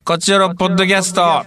こちらのポッドキャスト。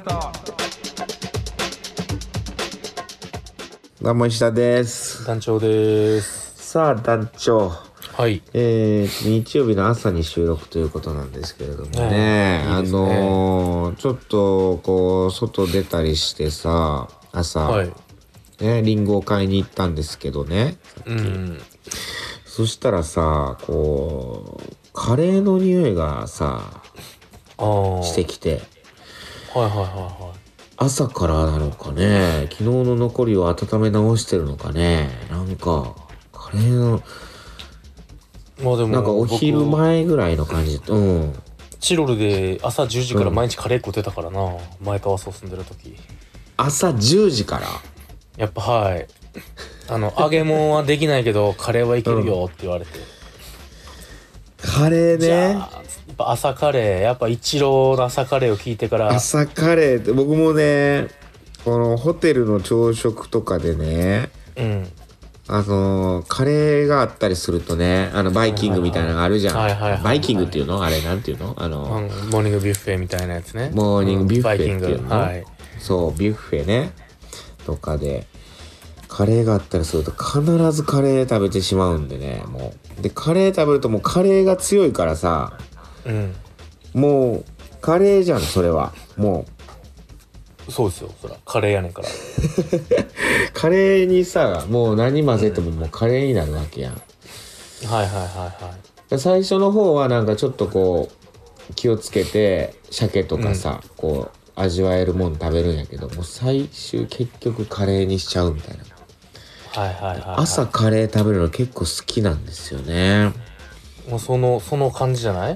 どうも石田です。 団長です。 さあ団長、 はい。 日曜日の朝に収録ということなんですけれどもね、 いいですね。 ちょっとこう外出たりしてさ、朝、 はい。 リンゴを買いに行ったんですけどね、 うん。 そしたらさ、こうカレーの匂いがさしてきて、 はいはいはいはい。 朝からなのかね、昨日の残りを温め直してるのかね、なんかカレーのまあでもなんかお昼前ぐらいの感じ。うん。 チロルで朝10時から毎日カレー食ってたからな、前川荘住んでる時。 朝10時からやっぱはい。揚げ物はできないけどカレーはいけるよって言われて。 カレーじゃあね。 やっぱ朝カレー、やっぱ一郎の朝カレーを聞いてから。 朝カレーって僕もね、このホテルの朝食とかでね、 うん。 カレーがあったりするとね、バイキングみたいなのがあるじゃん。 はいはいはいはいバイキングっていうのあれなんていうのモーニングビュッフェみたいなやつね。 モーニングビュッフェっていうの、 はい。 そう、ビュッフェね。とかで、カレーがあったりすると必ずカレー食べてしまうんでね、もう。で、カレー食べるともうカレーが強いからさ、 うん。 もう、カレーじゃん、それは。もそうですよ、そら。カレーやねんから。 う、カレーにさ、もう何混ぜてももうカレーになるわけやん。 はいはいはいはい。 最初の方はなんかちょっとこう、気をつけて、鮭とかさ、こう、味わえるもん食べるんやけど、もう最終結局カレーにしちゃうみたいな。 はいはいはい、はい。 朝カレー食べるの結構好きなんですよね。 もうその感じじゃない？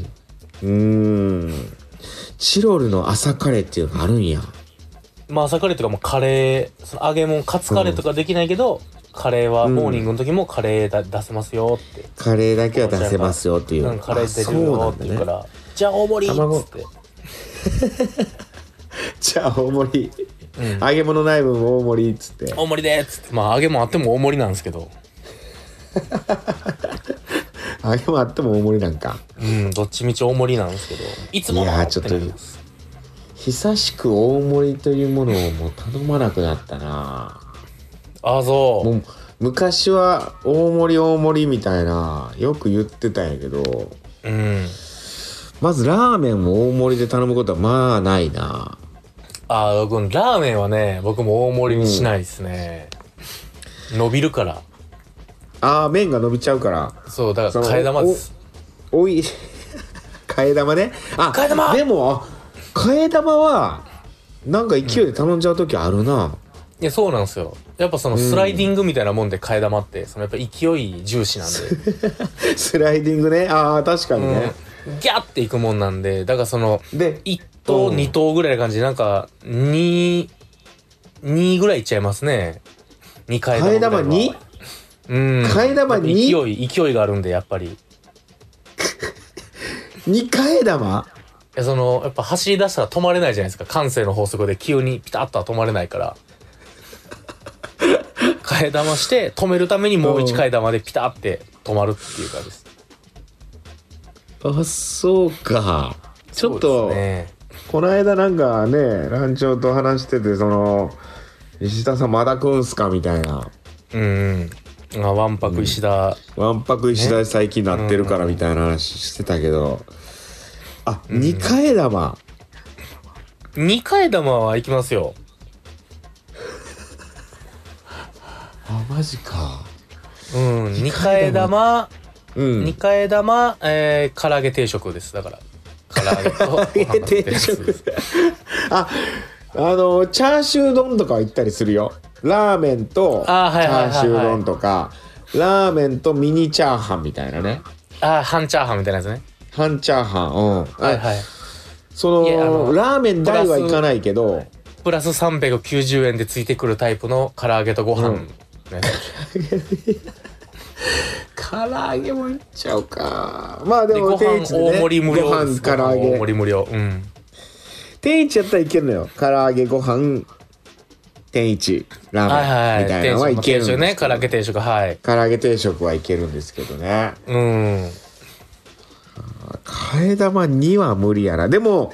チロルの朝カレーっていうのがあるんや。 まあ朝カレーとかもカレー、その揚げ物、カツカレーとかできないけど、カレーはモーニングの時もカレー出せますよって。 カレーだけは出せますよっていう。 カレー出てるよって言うから、じゃあ大盛りっつって。 じゃあ大盛り。揚げ物ない分大盛りっつって。 大盛りでっつって。まあ揚げ物あっても大盛りなんですけど。 揚げ物あっても大盛りなんか。 どっちみち大盛りなんですけど。いつもいやちょっと久しく大盛りというものをもう頼まなくなったな。 あ、そう。 もう昔は大盛りみたいなよく言ってたんやけど、まずラーメンも大盛りで頼むことはまあないな。 ラーメンはね、僕も大盛りにしないですね。伸びるから。 麺が伸びちゃうから。 そう、だから替え玉です。 替え玉ね。 替え玉。 でも替え玉はなんか勢いで頼んじゃう時あるな。 いや、そうなんですよ。やっぱそのスライディングみたいなもんで替え玉って、そのやっぱ勢い重視なんで。 スライディングね。確かにね。 ギャッていくもんなんで、だからその、 で、 1等、2等ぐらいな感じで、なんか、2ぐらいいっちゃいますね。2替え玉。 替え玉 2？ 替え玉 2？ 勢いがあるんで、やっぱり。 2替え玉？ やっぱ走り出したら止まれないじゃないですか。慣性の法則で急にピタッとは止まれないから。替え玉して止めるためにもう1替え玉でピタッて止まるっていう感じです。 そうか。ちょっと、この間なんかね、団長と話してて、石田さんまだ来んすかみたいな。 わんぱく石田。 わんぱく石田最近なってるからみたいな話してたけど、2替え玉。 2替え玉は行きますよ。 マジか。 2替え玉、2替え玉、唐揚げ定食です。だから。唐揚げと。唐揚げ定食。 チャーシュー丼とか行ったりするよ。ラーメンとチャーシュー丼とか、ラーメンとミニチャーハンみたいなね。 半チャーハンみたいなやつね。 半チャーハン。 はいはい。 ラーメン代はいかないけど、 プラス390円でついてくるタイプの唐揚げとご飯。 唐揚げもいっちゃうか。まあでも定置でね、大盛り無料ご飯唐揚げ大盛り無料。 定置やったらいけるのよ。唐揚げご飯天一ラーメンみたいなのはいけるんですね。唐揚げ定食、はい。 唐揚げ定食はいけるんですけどね。替え玉2は無理やな。でも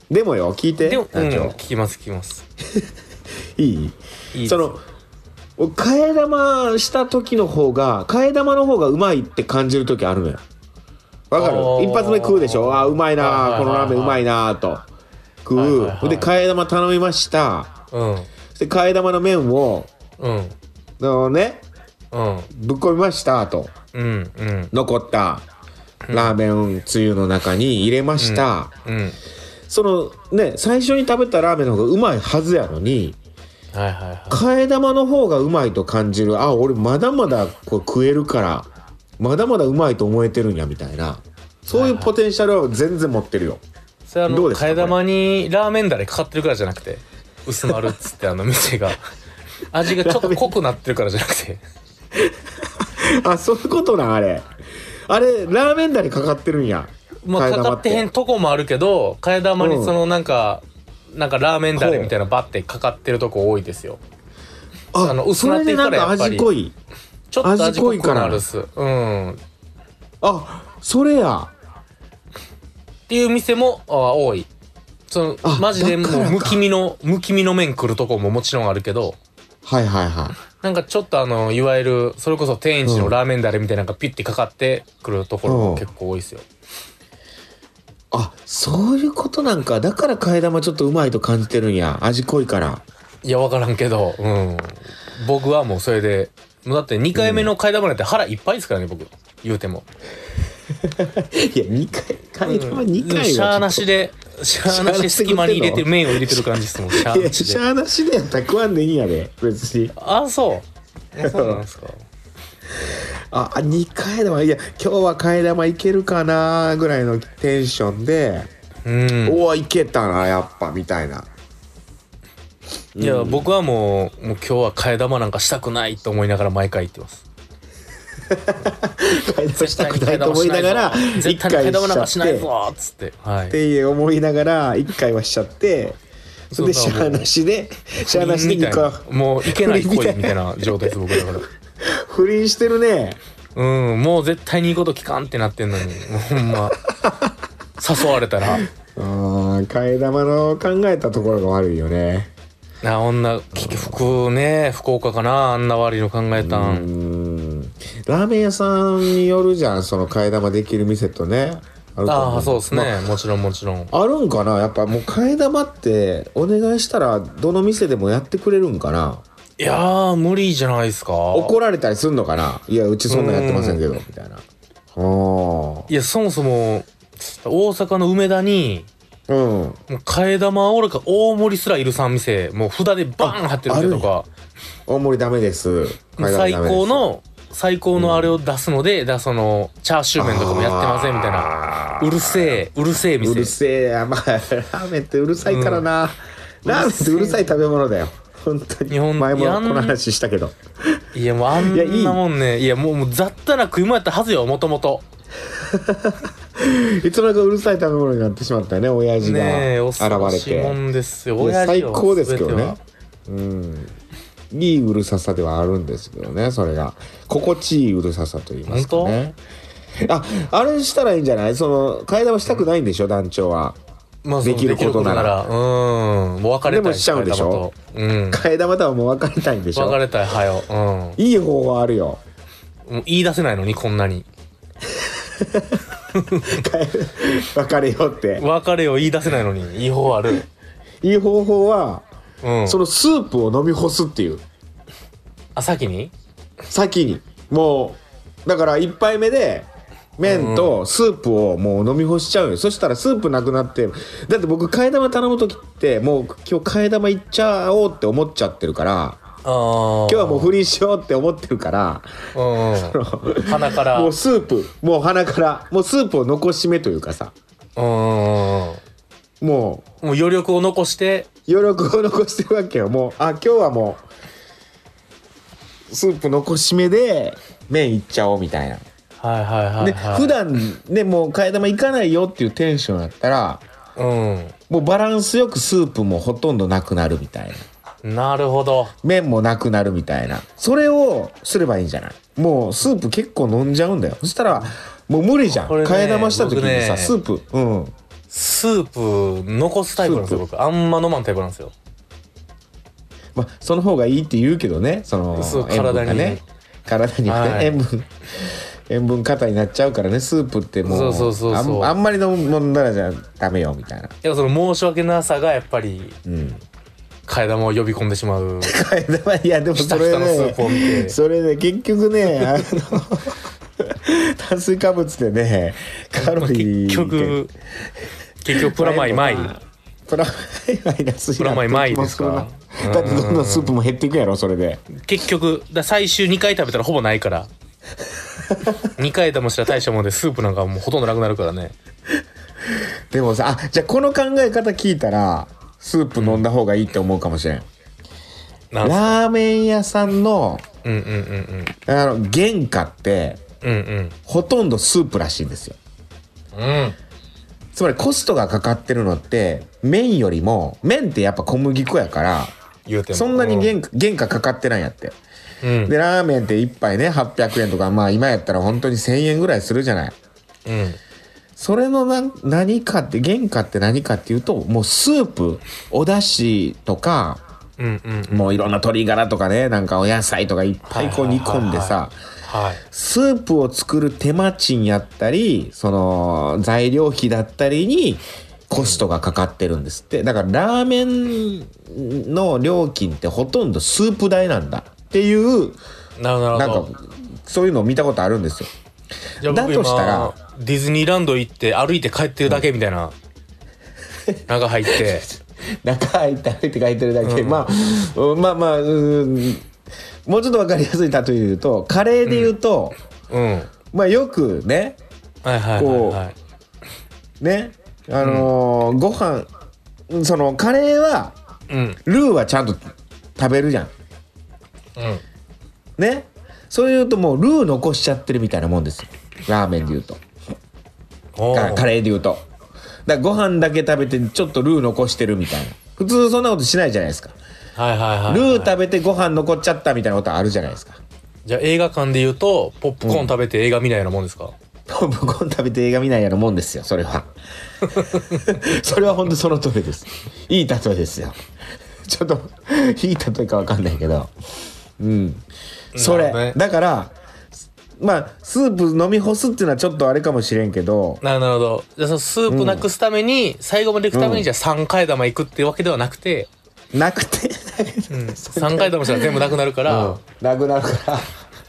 でもよ聞いて、 聞きますいいその替え玉した時の方が替え玉の方がうまいって感じる時あるのよ。わかる？一発目食うでしょ。あ、うまいな、このラーメンうまいなと食う、で替え玉頼みました、で替え玉の麺をね、ぶっ込みましたと、残ったラーメンつゆの中に入れました、そのね最初に食べたラーメンの方がうまいはずやのに、替え玉の方がうまいと感じる。あ、俺まだまだこう食えるからまだまだうまいと思えてるんやみたいな、そういうポテンシャルは全然持ってるよ。 それどうですか？替え玉にラーメンだれかかってるからじゃなくて、薄まるっつって店が味がちょっと濃くなってるからじゃなくてあ、そういうことな。あれラーメンだれかかってるんや。 まあかかってへんとこもあるけど、替え玉にそのなんかラーメンだれみたいなバッてかかってるとこ多いですよ。薄なっていからやっぱり味濃い、 ちょっと味濃くなるっす。 あ、それやっていう店も多い。マジでもうむき身の麺来るとこももちろんあるけど、なんかちょっといわゆるそれこそ天一のラーメンだれみたいなのがピッてかかってくるところも結構多いですよ。 あ、そういうことなんか。だから替え玉ちょっとうまいと感じてるんや、味濃いから。 いや分からんけど、僕はもうそれでもうだって2回目の替え玉なんて腹いっぱいですからね、僕言うてもいや替え玉2回はシャーなしで隙間に入れて麺を入れてる感じですもん。シャーなしでやったら食わんでいいんやで別に。 そうなんですか 2回玉、いや今日は替え玉いけるかなぐらいのテンションで、おおいけたなやっぱみたいな。 いや、僕はもう今日は替え玉なんかしたくないと思いながら毎回言ってます。 替え玉したくないと思いながら絶対替え玉なんかしないぞっつって、 って思いながら1回はしちゃって、それでシャーなしで2回もういけない恋みたいな状態です僕だから不倫してるね。 もう絶対にいいこと聞かんってなってんのに、もうほんま誘われたら替え玉の考えたところが悪いよね。 福岡かな、あんな悪いの考えたん。 ラーメン屋さんによるじゃん、その替え玉できる店とね。 そうですね、もちろんあるんかな。やっぱもう替え玉ってお願いしたらどの店でもやってくれるんかな。 いやー無理じゃないですか。 怒られたりすんのかな。いやうちそんなんやってませんけどみたいな。 いやそもそも大阪の梅田にもう替え玉おるか大盛りすらいる3店、もう札でバーン貼ってる店とか、 大盛りダメです、 最高のあれを出すので、そのチャーシュー麺とかもやってませんみたいな、うるせえ店。 うるせえ、まあラーメンってうるさいからな、ラーメンってうるさい食べ物だよ本当に。前もこの話したけど、 いやもうあんなもんね、いやもう雑多な食い物やったはずよ、もともといつの間にかうるさい食べ物になってしまったよね、親父が現れて。 恐ろしいもんですよ、 親父最高ですけどね。いいうるささではあるんですけどね、それが心地いいうるささと言いますかね。あれしたらいいんじゃない？その替え玉したくないんでしょ、団長は。できることならもう別れたい。 でもしちゃうんでしょ。替え玉とはもう別れたいんでしょ。 別れたい、はよ。 いい方法あるよ。 もう言い出せないのにこんなに別れようって。 別れよ言い出せないのにいい方法ある。 いい方法は、そのスープを飲み干すっていう。 先にもうだから1杯目で麺とスープをもう飲み干しちゃうよ。そしたらスープなくなって、だって僕替え玉頼む時ってもう今日替え玉いっちゃおうって思っちゃってるから、今日はもう不倫しようって思ってるから、 鼻からもうスープ、もう鼻からもうスープを残し目というかさ、もう余力を残してるわけよ。もう今日はもうスープ残し目で麺いっちゃおうみたいな。普段ねもう替え玉いかないよっていうテンションだったら、もうバランスよくスープもほとんどなくなるみたいな。 なるほど。 麺もなくなるみたいな。それをすればいいんじゃない？もうスープ結構飲んじゃうんだよ。そしたらもう無理じゃん。替え玉した時にさ、スープスープ残すタイプなんですよ僕。あんま飲まんタイプなんですよ。 まあその方がいいって言うけどね、その塩分がね体にね、塩分過多になっちゃうからね、スープってもうあんまり飲んだらじゃダメよみたいな。いやその申し訳なさがやっぱり、替え玉を呼び込んでしまう。 替え玉、いやでもそれね、それね結局ね炭水化物でねカロリー結局プラマイマイプラマイナスプラマイマイですか。 だってどんどんスープも減っていくやろそれで。 結局最終2回食べたらほぼないから2回でもしたら大したもんでスープなんかもうほとんどなくなるからね。 でもさ、じゃあこの考え方聞いたらスープ飲んだ方がいいって思うかもしれん。ラーメン屋さんの原価って、ほとんどスープらしいんですよ。つまりコストがかかってるのって麺よりも、麺ってやっぱ小麦粉やからそんなに原価かかってないんやって。でラーメンって1杯ね800円とか、まあ今やったら本当に1000円ぐらいするじゃない。それの何かって原価って何かっていうと、もうスープ、お出汁とか、もういろんな鶏ガラとかね、なんかお野菜とかいっぱいこう煮込んでさ、スープを作る手間賃やったり、その材料費だったりにコストがかかってるんですって。だからラーメンの料金ってほとんどスープ代なんだっていう、なんかそういうのを見たことあるんですよ。だとしたらディズニーランド行って歩いて帰ってるだけみたいな、中入って歩いて帰ってるだけ、まあもうちょっと分かりやすい例えで言うと、カレーで言うと、まあよくね、こうね、ご飯、そのカレーは、ルーはちゃんと食べるじゃん、ね。そういうともうルー残しちゃってるみたいなもんですよ、ラーメンで言うと。カレーで言うと、だからご飯だけ食べてちょっとルー残してるみたいな。普通そんなことしないじゃないですか。ルー食べてご飯残っちゃったみたいなことあるじゃないですか。 じゃあ映画館で言うとポップコーン食べて映画見ないようなもんですか。 ポップコーン食べて映画見ないようなもんですよ、それは。それは本当その通りです。いい例えですよ。ちょっといい例えか分かんないけど、それ、だからまあスープ飲み干すっていうのはちょっとあれかもしれんけど。 なるほど。じゃあそのスープなくすために、最後までいくためにじゃあ3回玉いくっていうわけではなくて、3回玉したら全部なくなるから、 なくなるから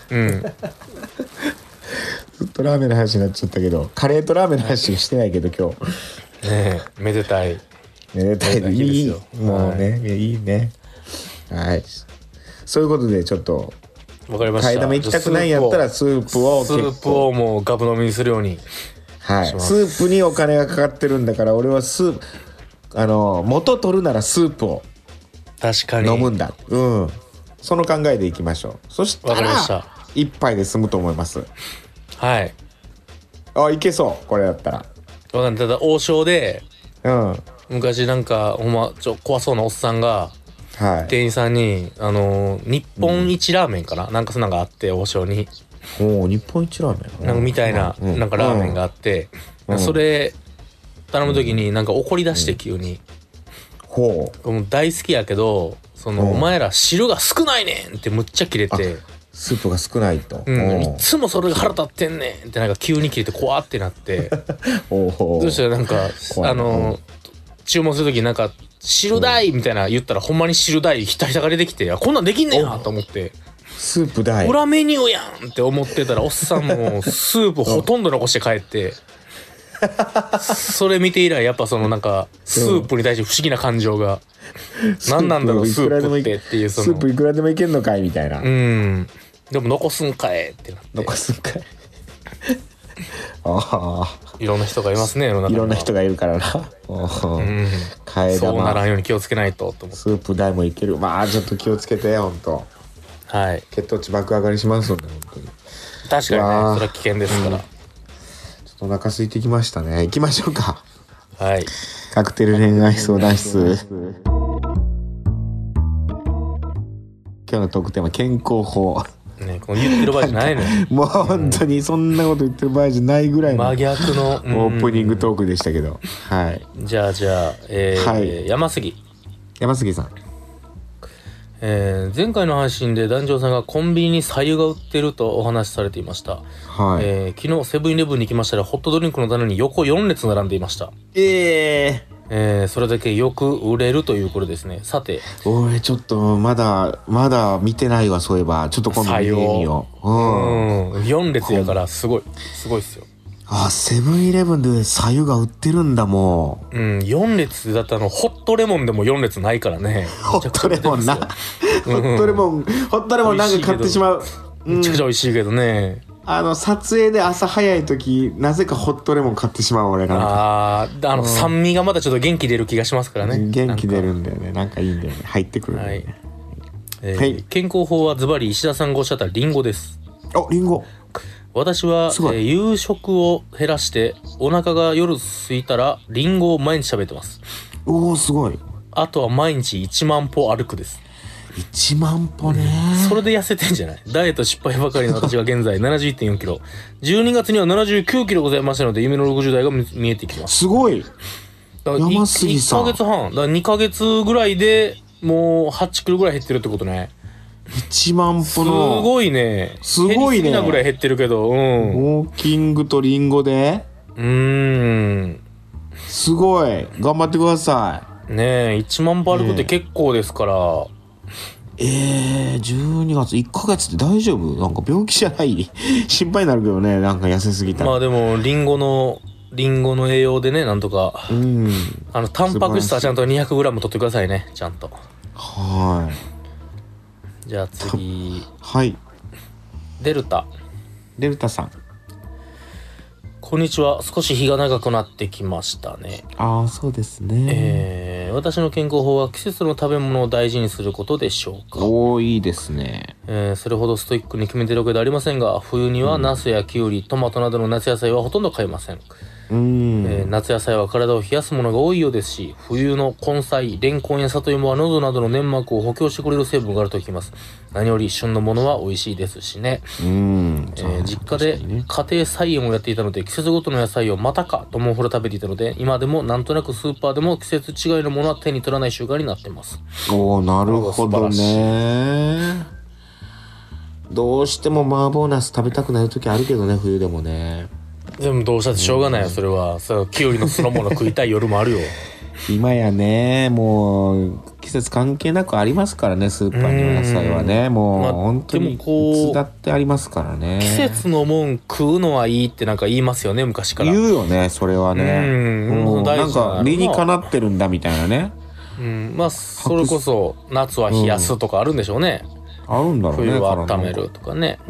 ずっとラーメンの話になっちゃったけど、カレーとラーメンの話してないけど今日ねえ、めでたいいい、もうね、いいね。はい、そういうことでちょっとわかりました。 替え玉行きたくないんやったらスープをもうガブ飲みにするように。 はい。スープにお金がかかってるんだから、俺は元取るならスープを確かに飲むんだ。その考えでいきましょう。そしたら一杯で済むと思います。 はい。 いけそうこれだったら。 わかんない。ただ王将で、昔なんかほんま怖そうなおっさんが。店員さんに日本一ラーメンかな、なんかそんなんがあって、王将に日本一ラーメンなんかみたいな、なんかラーメンがあって、それ頼む時になんか怒り出して急に、もう大好きやけどお前ら汁が少ないねんってむっちゃキレて、 スープが少ないと、 いつもそれが腹立ってんねんってなんか急にキレて怖ってなってどしたらなんか注文する時なんか汁大みたいな言ったら、ほんまに汁大ひたひたが出てきて、こんなんできんねやと思って、 スープ大裏メニューやんって思ってたら、おっさんもスープほとんど残して帰ってそれ見て以来やっぱなんかスープに対して不思議な感情が、何なんだろうスープっていう、 スープいくらでもいけんのかいみたいな。 でも残すんかいってなって。 残すんかいいろんな人がいますね、世の中には。 いろんな人がいるからな。替え玉そうならんように気をつけないとと思って。 スープ代もいける。まあちょっと気をつけて、ほんと。 はい。 血糖値爆上がりしますので、本当に。 確かにね、それは危険ですから。ちょっとお腹空いてきましたね。行きましょうか。 はい。 カクテル恋愛相談室。今日のトークテーマ、健康法。 ね、この言ってる場合じゃないのよ。 もう本当にそんなこと言ってる場合じゃないぐらいの真逆の、 オープニングトークでしたけど、はい。 じゃあ、はい、山杉さん。 前回の配信で団長さんがコンビニに白湯が売ってるとお話しされていました。はい。昨日セブンイレブンに行きましたらホットドリンクの棚に横4列並んでいました。それだけよく売れるということですね。さて、 俺ちょっとまだ見てないわ。そういえばちょっと今度見てみよう。 4列やからすごいっすよ。 セブンイレブンで白湯が売ってるんだもん。4列だったホットレモンでも4列ないからね。 ホットレモンな。ホットレモンなんか買ってしまう。 めちゃくちゃ美味しいけどね。 撮影で朝早い時なぜかホットレモン買ってしまう俺が。 酸味がまだちょっと元気出る気がしますからね。 元気出るんだよね。なんかいいんだよね。入ってくるんだよね。 はい。健康法はズバリ石田さんがおっしゃったリンゴです。 リンゴ。 私は、夕食を減らしてお腹が夜空いたらリンゴを毎日食べてます。 すごい。 あとは毎日1万歩歩くです。 1万歩ね。 それで痩せてんじゃない？ダイエット失敗ばかりの私が現在 71.4 キロ。12月には79キロございましたので、夢の60代が見えてきます。 すごい。山杉さん。 1ヶ月半。2ヶ月ぐらいでもう8キロぐらい減ってるってことね。 1万歩の。すごいね。 すごいね。 減りすぎなぐらい減ってるけど、 ウォーキングとリンゴで。すごい。頑張ってください。ねえ、1万歩歩くって結構ですから。 12月1ヶ月って大丈夫？なんか病気じゃない？心配になるけどね。なんか痩せすぎたら。 まあでもリンゴの栄養でね、なんとか。タンパク質はちゃんと 200g 取ってくださいね。ちゃんと。 はい。 じゃあ次。 はい。 デルタさん。 こんにちは。少し日が長くなってきましたね。 そうですね。 私の健康法は季節の食べ物を大事にすることでしょうか。 いいですね。 それほどストイックに決めてるわけではありませんが、冬にはナスやキュウリ、トマトなどの夏野菜はほとんど買えません。夏野菜は体を冷やすものが多いようですし、冬の根菜、レンコンや里芋は喉などの粘膜を補強してくれる成分があると聞きます。何より旬のものは美味しいですしね。実家で家庭菜園をやっていたので、季節ごとの野菜をまたかと思うほど食べていたので、今でもなんとなくスーパーでも季節違いのものは手に取らない習慣になってます。 なるほどね。どうしても麻婆ナス食べたくなる時あるけどね、冬でもね。 でもどうしたってしょうがないよ、それは。キュウリの酢の物食いたい夜もあるよ。 今やね、もう季節関係なくありますからね、スーパーには野菜はね。もう本当にいつだってありますからね。 季節のもん食うのはいいってなんか言いますよね、昔から。 言うよね、それはね。なんか理にかなってるんだみたいなね。 それこそ夏は冷やすとかあるんでしょうね。 あるんだろうね。 冬は温めるとかね。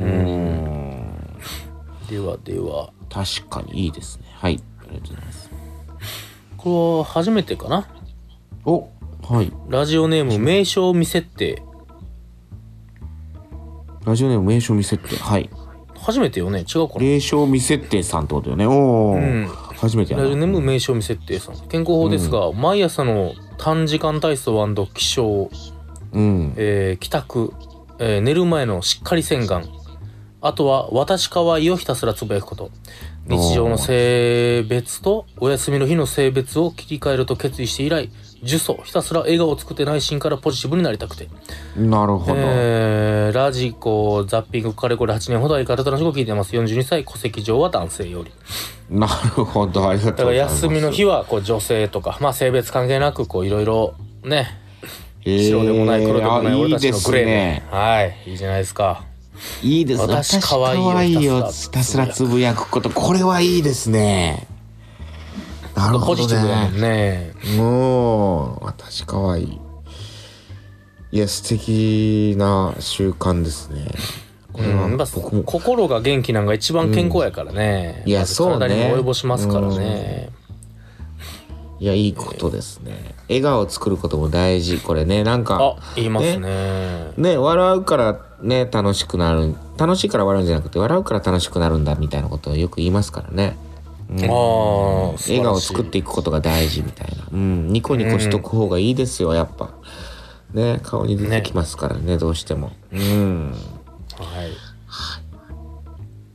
では確かにいいですね。はい、ありがとうございます。 これは初めてかな。 はい。 ラジオネーム名称未設定。 はい。 初めてよね。違うかな。 名称未設定さんってことよね。初めてやな。 ラジオネーム名称未設定さん。健康法ですが、毎朝の短時間体操&起床、帰宅、寝る前のしっかり洗顔、あとは私可愛いをひたすらつぶやくこと。日常の性別とお休みの日の性別を切り替えると決意して以来、呪詛ひたすら笑顔を作って内心からポジティブになりたくて。 なるほど。 ラジコザッピングかれこれ8年ほど相方との話を聞いてます。42歳、戸籍上は男性より。 なるほど、ありがとうございます。だから休みの日は女性とか、性別関係なくいろいろね、白でもない黒でもない俺たちのグレーで、はい、いいじゃないですか。 いいですね。 私可愛いをひたすらつぶやくこと、これはいいですね。なるほどね。ポジティブだもんね。もう私可愛い。いや、素敵な習慣ですね。これは僕も心が元気なんが一番健康やからね。 いや、そうね。 体にも及ぼしますからね。 いや、いいことですね。笑顔を作ることも大事。これね、なんか言いますね。 ね、笑うからね、楽しくなる。楽しいから笑うんじゃなくて、笑うから楽しくなるんだみたいなことをよく言いますからね。笑顔を作っていくことが大事みたいな。ニコニコしとく方がいいですよ、やっぱ。ね、顔に出てきますからね、どうしても。 はい。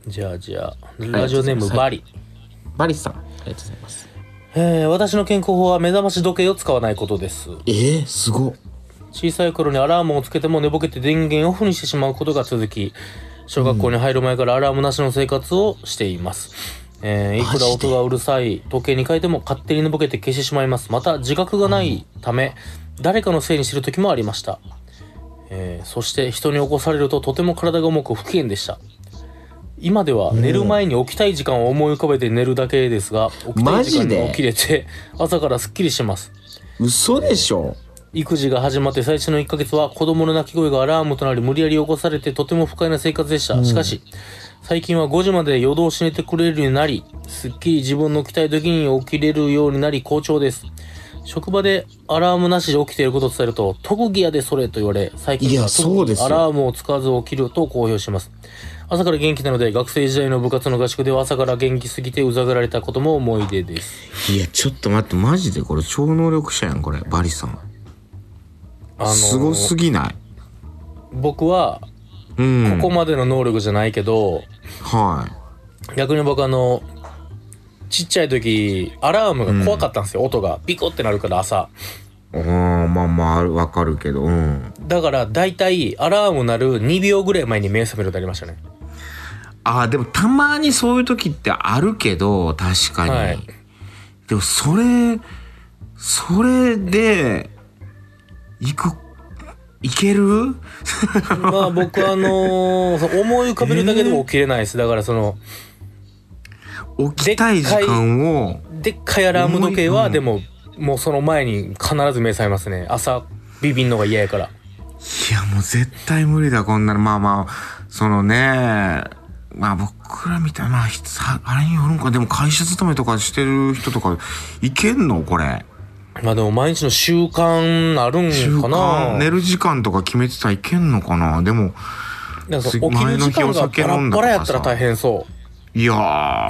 じゃあラジオネームバリ。 バリさん、ありがとうございます。 私の健康法は目覚まし時計を使わないことです。 すごっ。 小さい頃にアラームをつけても寝ぼけて電源をオフにしてしまうことが続き、小学校に入る前からアラームなしの生活をしています。いくら音がうるさい時計に変えても勝手に寝ぼけて消してしまいます。また自覚がないため、誰かのせいにする時もありました。そして人に起こされるととても体が重く不機嫌でした。今では寝る前に起きたい時間を思い浮かべて寝るだけですが、起きたい時間に起きれて朝からすっきりします。 嘘でしょ。 育児が始まって最初の1ヶ月は子供の泣き声がアラームとなり無理やり起こされてとても不快な生活でした。しかし最近は5時まで夜通し寝てくれるようになり、すっきり自分の起きたい時に起きれるようになり好調です。職場でアラームなしで起きていることを伝えると特技やでそれと言われ、最近は特にアラームを使わず起きると公表します。朝から元気なので、学生時代の部活の合宿では朝から元気すぎてうざがられたことも思い出です。 いやちょっと待って、マジでこれ超能力者やんこれ。バリさんすごすぎない？ 僕は、ここまでの能力じゃないけど、逆に僕ちっちゃい時アラームが怖かったんですよ、音がビコってなるから朝。 まあわかるけど、 だからだいたいアラーム鳴る2秒ぐらい前に目覚めるようになりましたね。 でもたまにそういう時ってあるけど、確かに、でもそれでいけるまあ僕思い浮かべるだけでも起きれないです。だから起きたい時間をでっかいアラーム時計はでももうその前に必ず目覚めますね。朝ビビんのが嫌やから。 いやもう絶対無理だこんなの。まあ僕らみたいな、あれによるんか。でも会社勤めとかしてる人とかいけんのこれ。 まあでも毎日の習慣あるんかな。 寝る時間とか決めてたらいけんのかな。でも起きる時間がバラバラやったら大変そう。 いや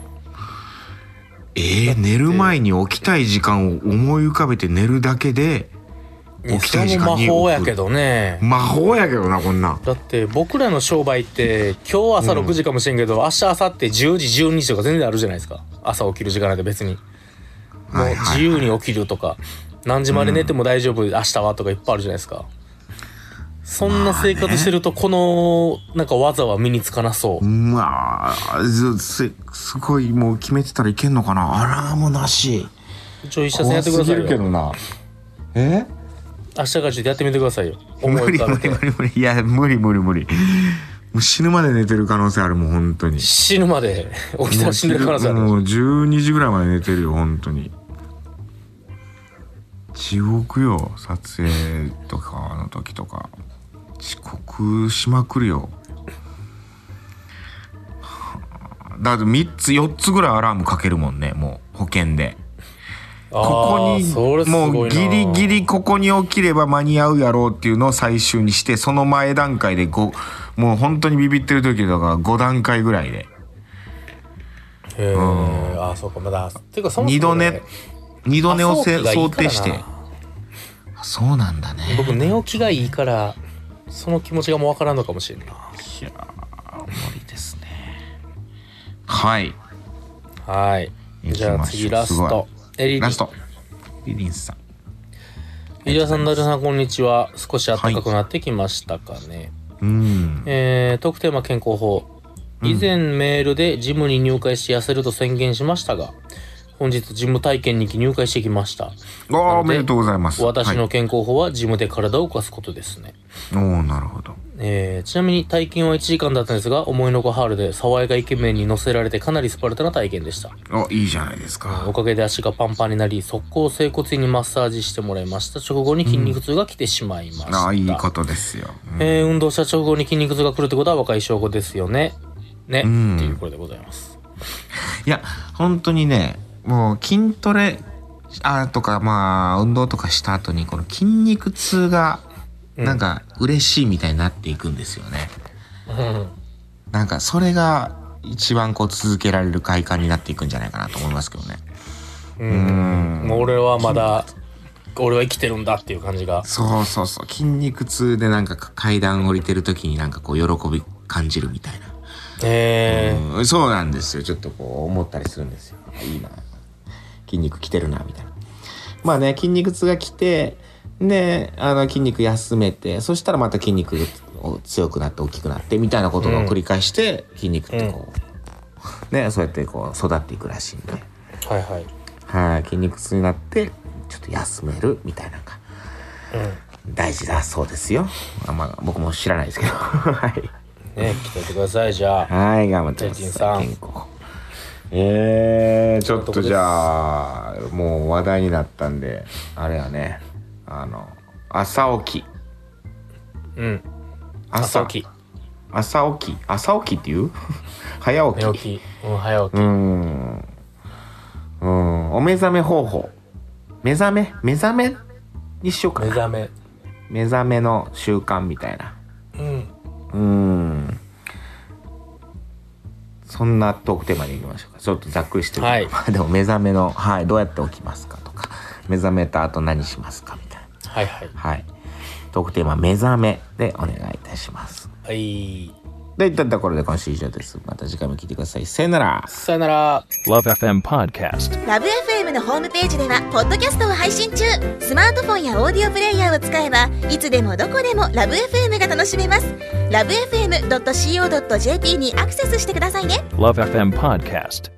寝る前に起きたい時間を思い浮かべて寝るだけで起きたい時間に魔法やけどね。 魔法やけどなこんな。 だって僕らの商売って今日朝6時かもしれんけど、明日明後日10時12時とか全然あるじゃないですか。朝起きる時間なんて別にもう自由に起きるとか、何時まで寝ても大丈夫、明日はとかいっぱいあるじゃないですか。そんな生活してるとこのなんか技は身につかなそう。 すごいもう決めてたらいけんのかな。アラームなし。 一緒にやってくださいよ。 怖すぎるけどな。 明日からちょっとやってみてくださいよ。 無理。いや無理。もう死ぬまで寝てる可能性あるもん本当に。 死ぬまで起きたら死んでる可能性ある。 もう12時ぐらいまで寝てるよ本当に。地獄よ。撮影とかの時とか遅刻しまくるよ。だって4つぐらいアラームかけるもんね。もう保険でここにもうギリギリここに起きれば間に合うやろうっていうのを最終にして、その前段階でもう本当にビビってる時とか5段階ぐらいで。 そうか。まだていうか 2度寝を想定して。そうなんだね。 僕寝起きがいいからその気持ちがもう分からんのかもしれんな。いや無理ですね。はい。 じゃあ次ラスト。リリンさん。 伊沢さん、ダルさん、こんにちは。少し暖かくなってきましたかね。トークテーマ健康法。以前メールでジムに入会し痩せると宣言しましたが、本日ジム体験に入会してきました。 おめでとうございます。 私の健康法はジムで体を動かすことですね。 なるほど。 ちなみに体験は1時間だったんですが、思いのほかハールで爽やかイケメンに乗せられてかなりスパルタな体験でした。 いいじゃないですか。 おかげで足がパンパンになり、速攻整骨院にマッサージしてもらいました。直後に筋肉痛が来てしまいました。 いいことですよ。 運動した直後に筋肉痛が来るってことは若い証拠ですよね。っていうこれでございます。 いや本当にね、もう筋トレとか運動とかした後にこの筋肉痛がなんか嬉しいみたいになっていくんですよね。なんかそれが一番続けられる快感になっていくんじゃないかなと思いますけどね。 もう俺は生きてるんだっていう感じが。 そう筋肉痛でなんか階段降りてる時になんか喜び感じるみたいな。 そうなんですよ。ちょっとこう思ったりするんですよ。いいな、筋肉きてるなみたいな。まあね、筋肉痛が来て、で筋肉休めて、そしたらまた筋肉強くなって大きくなってみたいなことを繰り返して、筋肉ってこう、ね、そうやってこう育っていくらしいんで、 はいはいはい、筋肉痛になってちょっと休めるみたいなのが、大事だそうですよ。まあ僕も知らないですけどはいね、鍛えてください。じゃあはい頑張ってください。健康ちょっとじゃあもう話題になったんであれやね、朝起き、朝起きっていう早起き、 早起き、 お目覚め方法、目覚めにしようかな。目覚めの習慣みたいな。そんなトークテーマにいきましょうか。ちょっとざっくりしてる、はい、でも目覚めの、はい、どうやって起きますかとか、目覚めた後何しますかみたいな、 はいはいはい、トークテーマ目覚めでお願いいたします。 はい。 といったところで今週以上です。また次回も聞いてください。さよなら。 さよなら。 LoveFM Podcast。 LoveFM のホームページではポッドキャストを配信中。スマートフォンやオーディオプレイヤーを使えばいつでもどこでも LoveFM が楽しめます。 LoveFM.co.jp にアクセスしてくださいね。 LoveFM Podcast。